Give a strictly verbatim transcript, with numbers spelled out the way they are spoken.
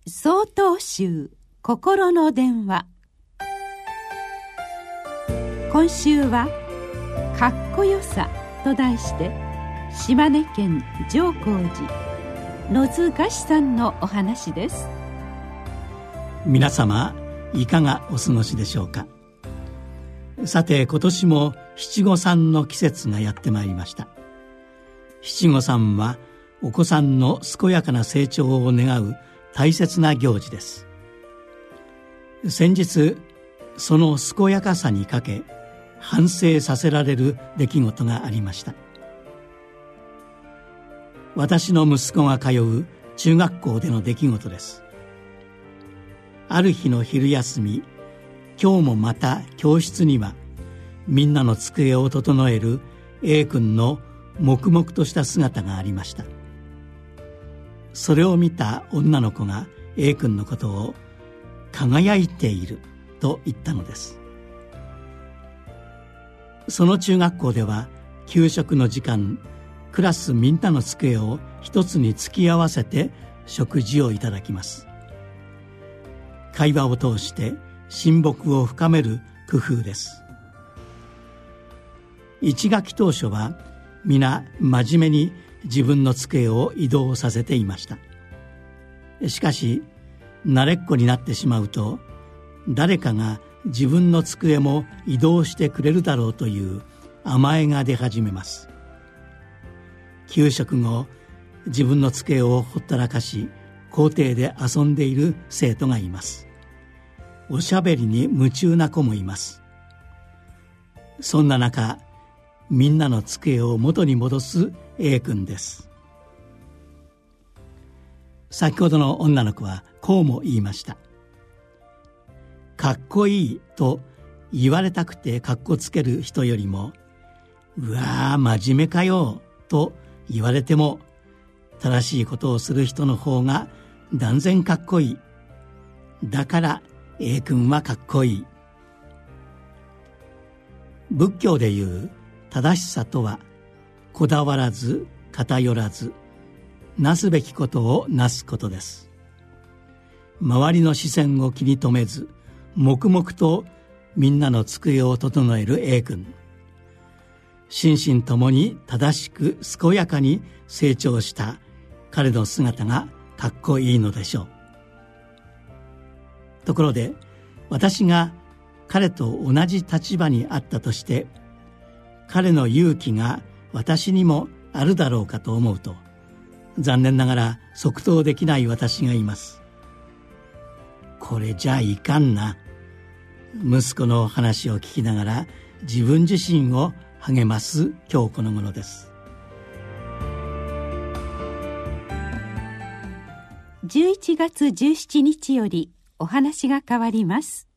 曹洞宗心の電話。今週はかっこよさと題して、島根県浄光寺野津賀志さんのお話です。 皆様いかがお過ごしでしょうか。さて、今年も七五三の季節がやってまいりました。七五三はお子さんの健やかな成長を願う大切な行事です。先日、その健やかさにかけ反省させられる出来事がありました。私の息子が通う中学校での出来事です。ある日の昼休み、今日もまた教室にはみんなの机を整える A 君の黙々とした姿がありました。それを見た女の子が A 君のことを輝いていると言ったのです。その中学校では給食の時間、クラスみんなの机を一つに突き合わせて食事をいただきます。会話を通して親睦を深める工夫です。一学期当初は皆真面目に自分の机を移動させていました。しかし慣れっこになってしまうと、誰かが自分の机も移動してくれるだろうという甘えが出始めます。給食後、自分の机をほったらかし校庭で遊んでいる生徒がいます。おしゃべりに夢中な子もいます。そんな中、みんなの机を元に戻す A 君です。先ほどの女の子はこうも言いました。かっこいいと言われたくてかっこつける人よりも、うわー真面目かよと言われても正しいことをする人の方が断然かっこいい。だから A 君はかっこいい。仏教でいう正しさとは、こだわらず偏らず、なすべきことをなすことです。周りの視線を気に留めず、黙々とみんなの机を整える A 君。心身ともに正しく健やかに成長した彼の姿がかっこいいのでしょう。ところで、私が彼と同じ立場にあったとして、彼の勇気が私にもあるだろうかと思うと、残念ながら即答できない私がいます。これじゃいかんな。息子の話を聞きながら自分自身を励ます今日この頃です。 じゅういちがつじゅうしちにちよりお話が変わります。